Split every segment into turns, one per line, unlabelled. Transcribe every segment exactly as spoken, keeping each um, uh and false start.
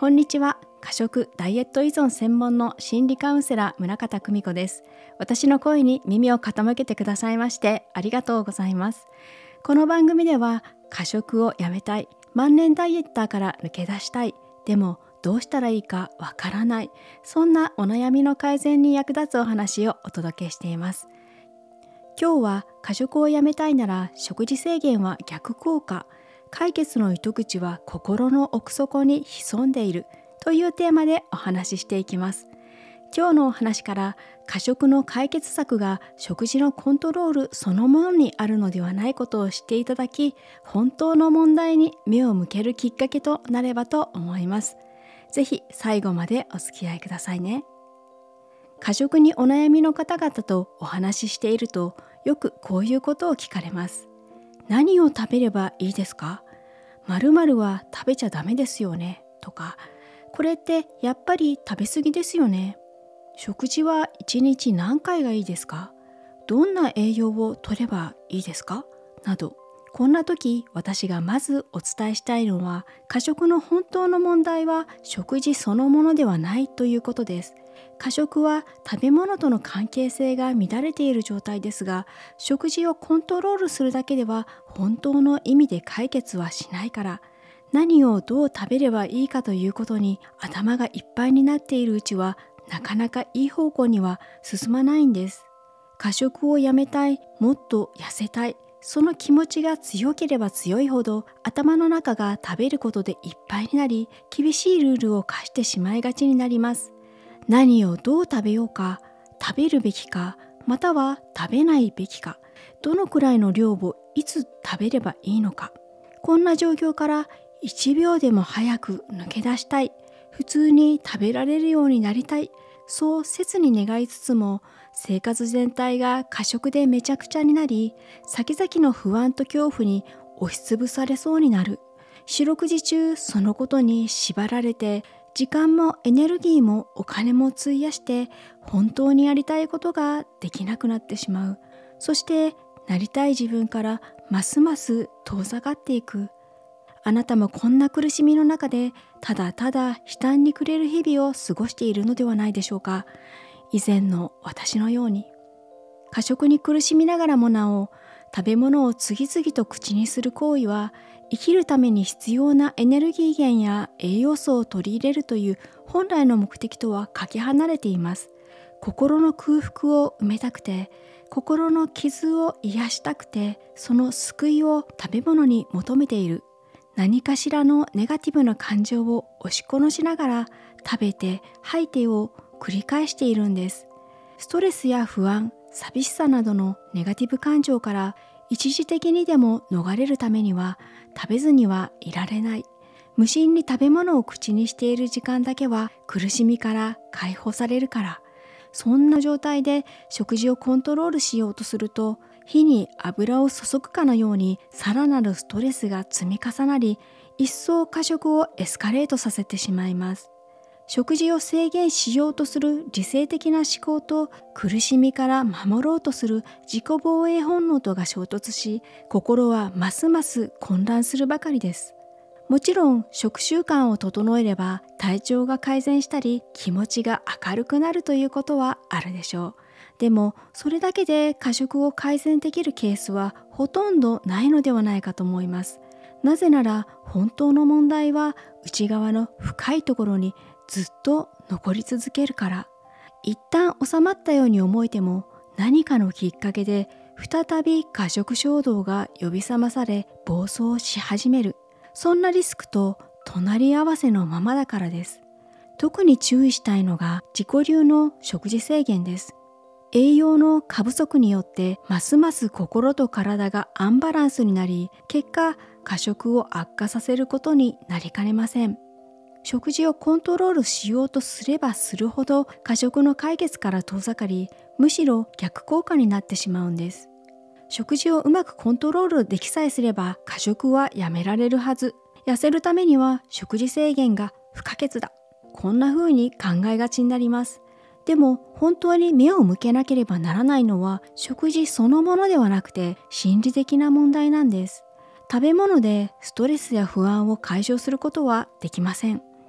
こんにちは。過食・ダイエット依存専門の心理カウンセラー宗像久美子です。私の声に耳を傾けてくださいましてありがとうございます。この番組では過食をやめたい、万年ダイエッターから抜け出したい、でもどうしたらいいかわからない、そんなお悩みの改善に役立つお話をお届けしています。今日は過食をやめたいなら食事制限は逆効果、解決の糸口は心の奥底に潜んでいるというテーマでお話ししていきます。今日のお話から過食の解決策が食事のコントロールそのものにあるのではないことを知っていただき、本当の問題に目を向けるきっかけとなればと思います。ぜひ最後までお付き合いくださいね。過食にお悩みの方々とお話ししていると、よくこういうことを聞かれます。何を食べればいいですか？〇〇は食べちゃダメですよねとか、これってやっぱり食べ過ぎですよね。食事はいちにち何回がいいですか？どんな栄養を取ればいいですか？など、こんな時私がまずお伝えしたいのは、過食の本当の問題は食事そのものではないということです。過食は食べ物との関係性が乱れている状態ですが、食事をコントロールするだけでは本当の意味で解決はしないから、何をどう食べればいいかということに頭がいっぱいになっているうちは、なかなかいい方向には進まないんです。過食をやめたい、もっと痩せたい、その気持ちが強ければ強いほど、頭の中が食べることでいっぱいになり、厳しいルールを課してしまいがちになります。何をどう食べようか、食べるべきか、または食べないべきか、どのくらいの量をいつ食べればいいのか、こんな状況からいちびょうでも早く抜け出したい、普通に食べられるようになりたい、そう切に願いつつも、生活全体が過食でめちゃくちゃになり、先々の不安と恐怖に押しつぶされそうになる。四六時中そのことに縛られて、時間もエネルギーもお金も費やして本当にやりたいことができなくなってしまう。そしてなりたい自分からますます遠ざかっていく。あなたもこんな苦しみの中でただただ悲嘆に暮れる日々を過ごしているのではないでしょうか。以前の私のように。過食に苦しみながらもなお、食べ物を次々と口にする行為は、生きるために必要なエネルギー源や栄養素を取り入れるという本来の目的とはかけ離れています。心の空腹を埋めたくて、心の傷を癒したくて、その救いを食べ物に求めている。何かしらのネガティブな感情を押し殺しながら、食べて吐いてを繰り返しているんです。ストレスや不安、寂しさなどのネガティブ感情から一時的にでも逃れるためには、食べずにはいられない。無心に食べ物を口にしている時間だけは苦しみから解放されるから。そんな状態で食事をコントロールしようとすると、火に油を注ぐかのようにさらなるストレスが積み重なり、一層過食をエスカレートさせてしまいます。食事を制限しようとする理性的な思考と、苦しみから守ろうとする自己防衛本能とが衝突し、心はますます混乱するばかりです。もちろん食習慣を整えれば体調が改善したり、気持ちが明るくなるということはあるでしょう。でもそれだけで過食を改善できるケースはほとんどないのではないかと思います。なぜなら本当の問題は内側の深いところにずっと残り続けるから。一旦収まったように思えても、何かのきっかけで再び過食衝動が呼び覚まされ暴走し始める。そんなリスクと隣り合わせのままだからです。特に注意したいのが自己流の食事制限です。栄養の過不足によってますます心と体がアンバランスになり、結果過食を悪化させることになりかねません。食事をコントロールしようとすればするほど過食の解決から遠ざかり、むしろ逆効果になってしまうんです。食事をうまくコントロールできさえすれば過食はやめられるはず。痩せるためには食事制限が不可欠だ。こんな風に考えがちになります。でも本当に目を向けなければならないのは食事そのものではなくて心理的な問題なんです。食べ物でストレスや不安を解消することはできません。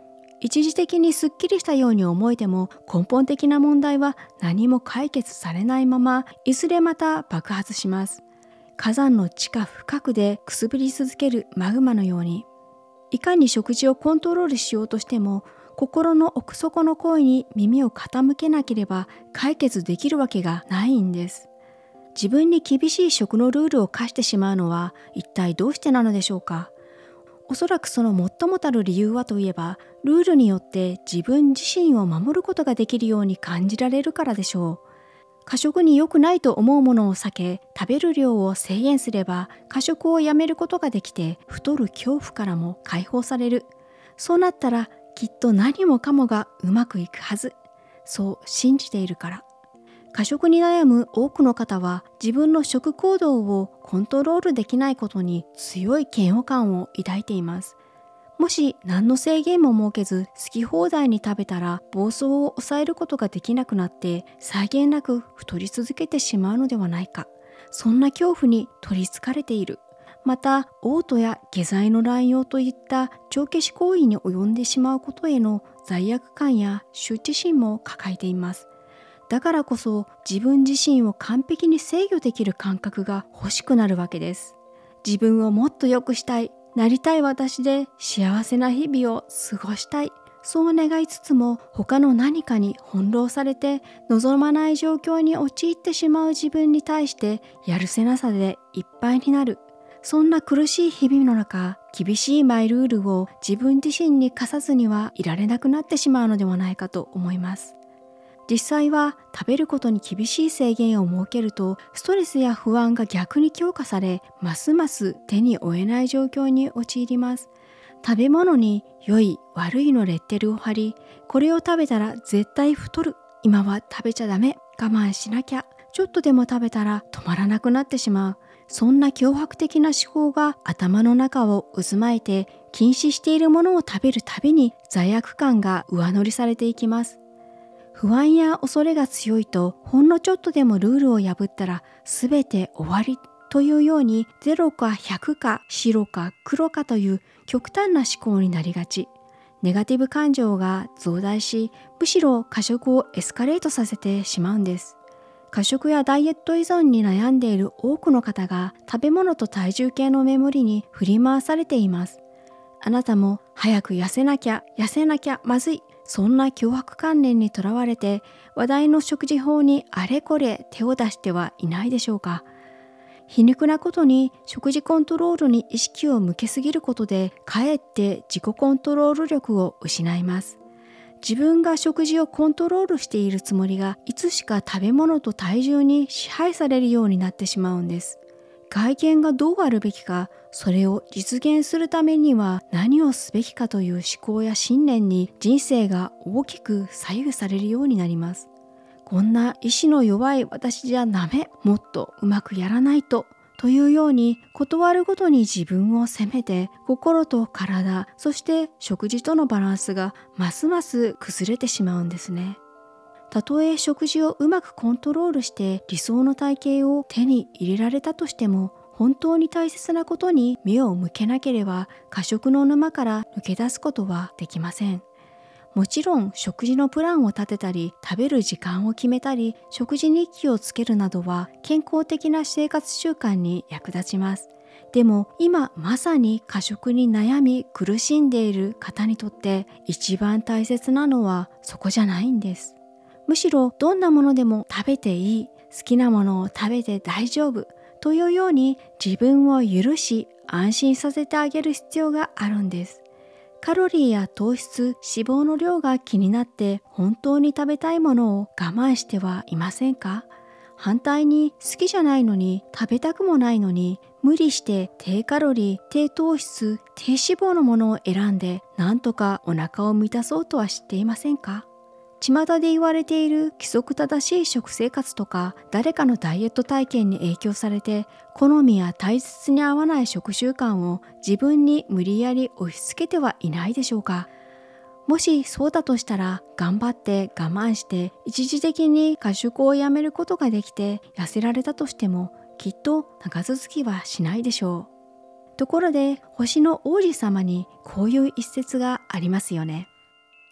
一時的にすっきりしたように思えても、根本的な問題は何も解決されないまま、いずれまた爆発します。火山の地下深くでくすぶり続けるマグマのように、いかに食事をコントロールしようとしても、心の奥底の声に耳を傾けなければ解決できるわけがないんです。自分に厳しい食のルールを課してしまうのは一体どうしてなのでしょうか。おそらくその最もたる理由はといえば、ルールによって自分自身を守ることができるように感じられるからでしょう。過食に良くないと思うものを避け、食べる量を制限すれば過食をやめることができて、太る恐怖からも解放される。そうなったらきっと何もかもがうまくいくはず。そう信じているから。過食に悩む多くの方は、自分の食行動をコントロールできないことに強い嫌悪感を抱いています。もし何の制限も設けず好き放題に食べたら、暴走を抑えることができなくなって際限なく太り続けてしまうのではないか。そんな恐怖に取りつかれている。また、嘔吐や下剤の乱用といった帳消し行為に及んでしまうことへの罪悪感や羞恥心も抱えています。だからこそ自分自身を完璧に制御できる感覚が欲しくなるわけです。自分をもっと良くしたい、なりたい私で幸せな日々を過ごしたい、そう願いつつも他の何かに翻弄されて望まない状況に陥ってしまう自分に対してやるせなさでいっぱいになる。そんな苦しい日々の中、厳しいマイルールを自分自身に課さずにはいられなくなってしまうのではないかと思います。実際は食べることに厳しい制限を設けると、ストレスや不安が逆に強化され、ますます手に負えない状況に陥ります。食べ物に良い悪いのレッテルを貼り、これを食べたら絶対太る、今は食べちゃダメ、我慢しなきゃ、ちょっとでも食べたら止まらなくなってしまう、そんな脅迫的な思考が頭の中を渦巻いて、禁止しているものを食べるたびに罪悪感が上乗りされていきます。不安や恐れが強いと、ほんのちょっとでもルールを破ったら全て終わりというように、ゼロかひゃくか白か黒かという極端な思考になりがち。ネガティブ感情が増大し、むしろ過食をエスカレートさせてしまうんです。過食やダイエット依存に悩んでいる多くの方が、食べ物と体重計のメモリに振り回されています。あなたも早く痩せなきゃ、痩せなきゃまずい、そんな脅迫観念にとらわれて、話題の食事法にあれこれ手を出してはいないでしょうか。皮肉なことに、食事コントロールに意識を向けすぎることで、かえって自己コントロール力を失います。自分が食事をコントロールしているつもりが、いつしか食べ物と体重に支配されるようになってしまうんです。外見がどうあるべきか、それを実現するためには何をすべきかという思考や信念に、人生が大きく左右されるようになります。こんな意志の弱い私じゃダメ、もっとうまくやらないと、というように、断るごとに自分を責めて、心と体、そして食事とのバランスがますます崩れてしまうんですね。たとえ食事をうまくコントロールして理想の体型を手に入れられたとしても、本当に大切なことに目を向けなければ、過食の沼から抜け出すことはできません。もちろん食事のプランを立てたり、食べる時間を決めたり、食事日記をつけるなどは健康的な生活習慣に役立ちます。でも今まさに過食に悩み苦しんでいる方にとって、一番大切なのはそこじゃないんです。むしろどんなものでも食べていい、好きなものを食べて大丈夫というように、自分を許し安心させてあげる必要があるんです。カロリーや糖質、脂肪の量が気になって本当に食べたいものを我慢してはいませんか？反対に好きじゃないのに、食べたくもないのに、無理して低カロリー、低糖質、低脂肪のものを選んで、なんとかお腹を満たそうとはしていませんか？巷で言われている規則正しい食生活とか、誰かのダイエット体験に影響されて、好みや体質に合わない食習慣を自分に無理やり押し付けてはいないでしょうか。もしそうだとしたら、頑張って我慢して一時的に過食をやめることができて痩せられたとしても、きっと長続きはしないでしょう。ところで、星の王子様にこういう一節がありますよね。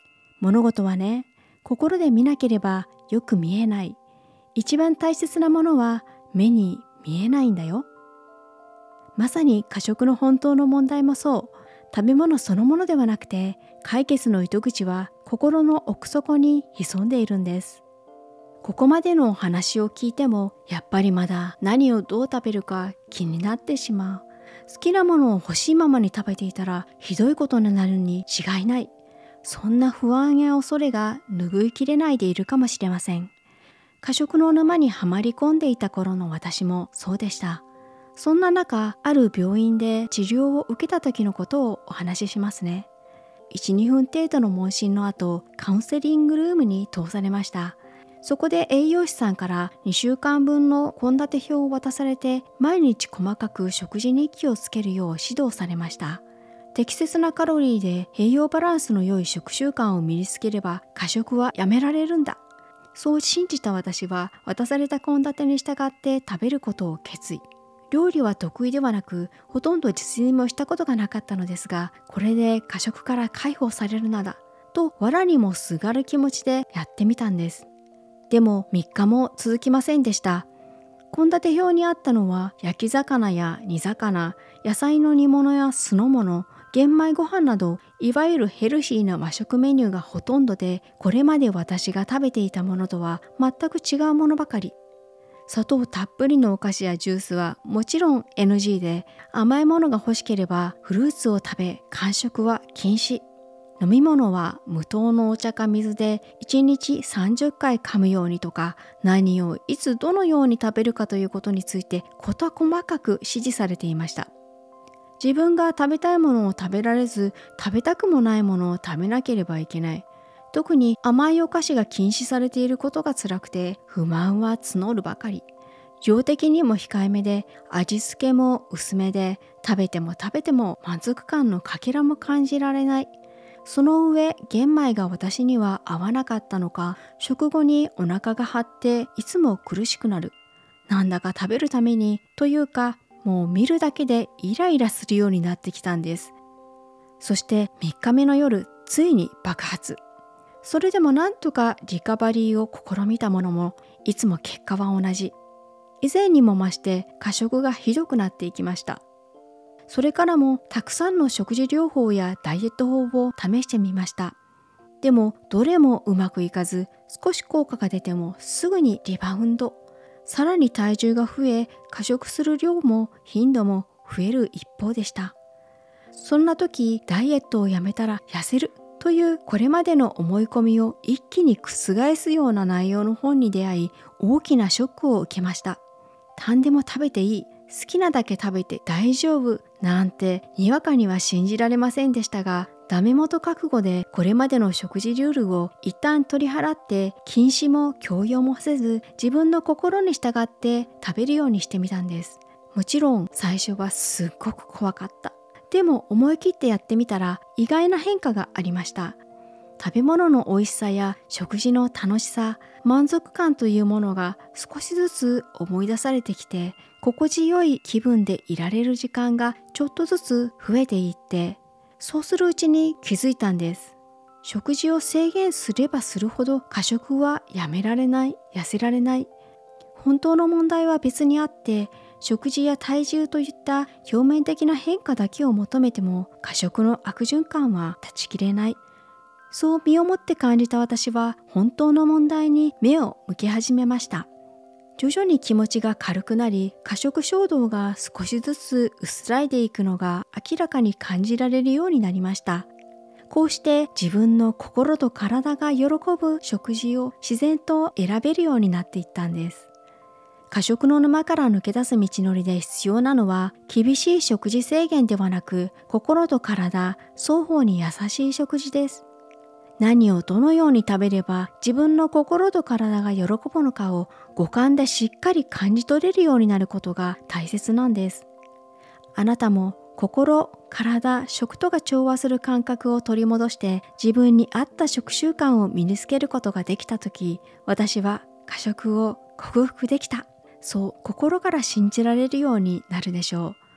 物事はね、心で見なければよく見えない。一番大切なものは目に見えないんだよ。まさに過食の本当の問題もそう。食べ物そのものではなくて、解決の糸口は心の奥底に潜んでいるんです。ここまでのお話を聞いても、やっぱりまだ何をどう食べるか気になってしまう。好きなものを欲しいままに食べていたらひどいことになるに違いない。そんな不安や恐れが拭いきれないでいるかもしれません。過食の沼にはまり込んでいた頃の私もそうでした。そんな中、ある病院で治療を受けた時のことをお話ししますね。いち、にふん程度の問診の後、カウンセリングルームに通されました。そこで栄養士さんからにしゅうかんぶんの献立表を渡されて、毎日細かく食事日記をつけるよう指導されました。適切なカロリーで栄養バランスの良い食習慣を身につければ過食はやめられるんだ。そう信じた私は渡された献立に従って食べることを決意。料理は得意ではなく、ほとんど実践もしたことがなかったのですが、これで過食から解放されるならと藁にもすがる気持ちでやってみたんです。でもみっかも続きませんでした。献立表にあったのは焼き魚や煮魚、野菜の煮物や酢の物、玄米ご飯など、いわゆるヘルシーな和食メニューがほとんどで、これまで私が食べていたものとは全く違うものばかり。砂糖たっぷりのお菓子やジュースはもちろん エヌジー で、甘いものが欲しければフルーツを食べ、間食は禁止。飲み物は無糖のお茶か水でいちにちさんじゅっかい噛むようにとか、何をいつどのように食べるかということについて事細かく指示されていました。自分が食べたいものを食べられず、食べたくもないものを食べなければいけない。特に甘いお菓子が禁止されていることが辛くて、不満は募るばかり。量的にも控えめで、味付けも薄めで、食べても食べても満足感のかけらも感じられない。その上、玄米が私には合わなかったのか、食後にお腹が張っていつも苦しくなる。なんだか食べるためにというか、もう見るだけでイライラするようになってきたんです。そしてみっかめの夜、ついに爆発。それでもなんとかリカバリーを試みたものも、いつも結果は同じ。以前にも増して過食がひどくなっていきました。それからもたくさんの食事療法やダイエット法を試してみました。でもどれもうまくいかず、少し効果が出てもすぐにリバウンド。さらに体重が増え、過食する量も頻度も増える一方でした。そんな時、ダイエットをやめたら痩せるというこれまでの思い込みを一気に覆すような内容の本に出会い、大きなショックを受けました。何でも食べていい、好きなだけ食べて大丈夫なんてにわかには信じられませんでしたが、ダメ元覚悟でこれまでの食事ルールを一旦取り払って、禁止も強要もせず、自分の心に従って食べるようにしてみたんです。もちろん最初はすっごく怖かった。でも思い切ってやってみたら意外な変化がありました。食べ物の美味しさや食事の楽しさ、満足感というものが少しずつ思い出されてきて、心地よい気分でいられる時間がちょっとずつ増えていって、そうするうちに気づいたんです。食事を制限すればするほど過食はやめられない、痩せられない。本当の問題は別にあって、食事や体重といった表面的な変化だけを求めても過食の悪循環は断ち切れない。そう身をもって感じた私は本当の問題に目を向け始めました。徐々に気持ちが軽くなり、過食衝動が少しずつ薄らいでいくのが明らかに感じられるようになりました。こうして自分の心と体が喜ぶ食事を自然と選べるようになっていったんです。過食の沼から抜け出す道のりで必要なのは、厳しい食事制限ではなく、心と体双方に優しい食事です。何をどのように食べれば自分の心と体が喜ぶのかを五感でしっかり感じ取れるようになることが大切なんです。あなたも心、体、食とが調和する感覚を取り戻して、自分に合った食習慣を身につけることができたとき、私は過食を克服できた、そう心から信じられるようになるでしょう。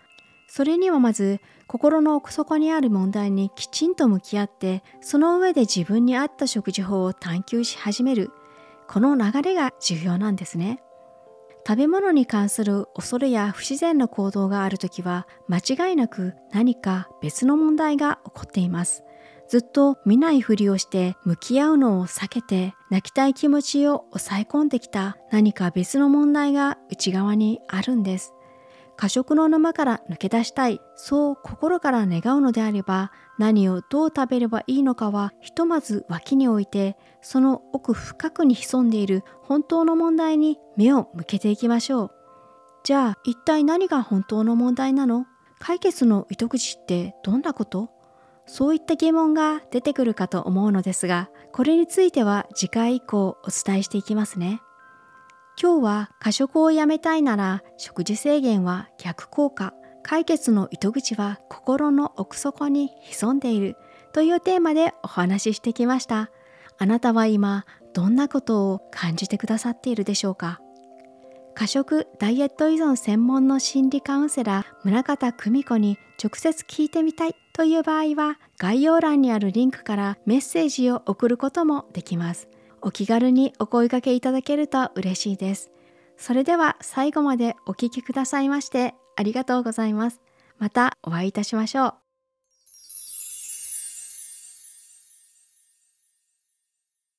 それにはまず心の奥底にある問題にきちんと向き合って、その上で自分に合った食事法を探求し始める、この流れが重要なんですね。食べ物に関する恐れや不自然な行動があるときは、間違いなく何か別の問題が起こっています。ずっと見ないふりをして向き合うのを避けて、泣きたい気持ちを抑え込んできた何か別の問題が内側にあるんです。過食の沼から抜け出したい、そう心から願うのであれば、何をどう食べればいいのかはひとまず脇に置いて、その奥深くに潜んでいる本当の問題に目を向けていきましょう。じゃあ一体何が本当の問題なの？解決の糸口ってどんなこと？そういった疑問が出てくるかと思うのですが、これについては次回以降お伝えしていきますね。今日は過食をやめたいなら食事制限は逆効果、解決の糸口は心の奥底に潜んでいるというテーマでお話ししてきました。あなたは今どんなことを感じてくださっているでしょうか？過食・ダイエット依存専門の心理カウンセラー宗像久美子に直接聞いてみたいという場合は、概要欄にあるリンクからメッセージを送ることもできます。お気軽にお声掛けいただけると嬉しいです。それでは最後までお聞きくださいましてありがとうございます。またお会いいたしましょう。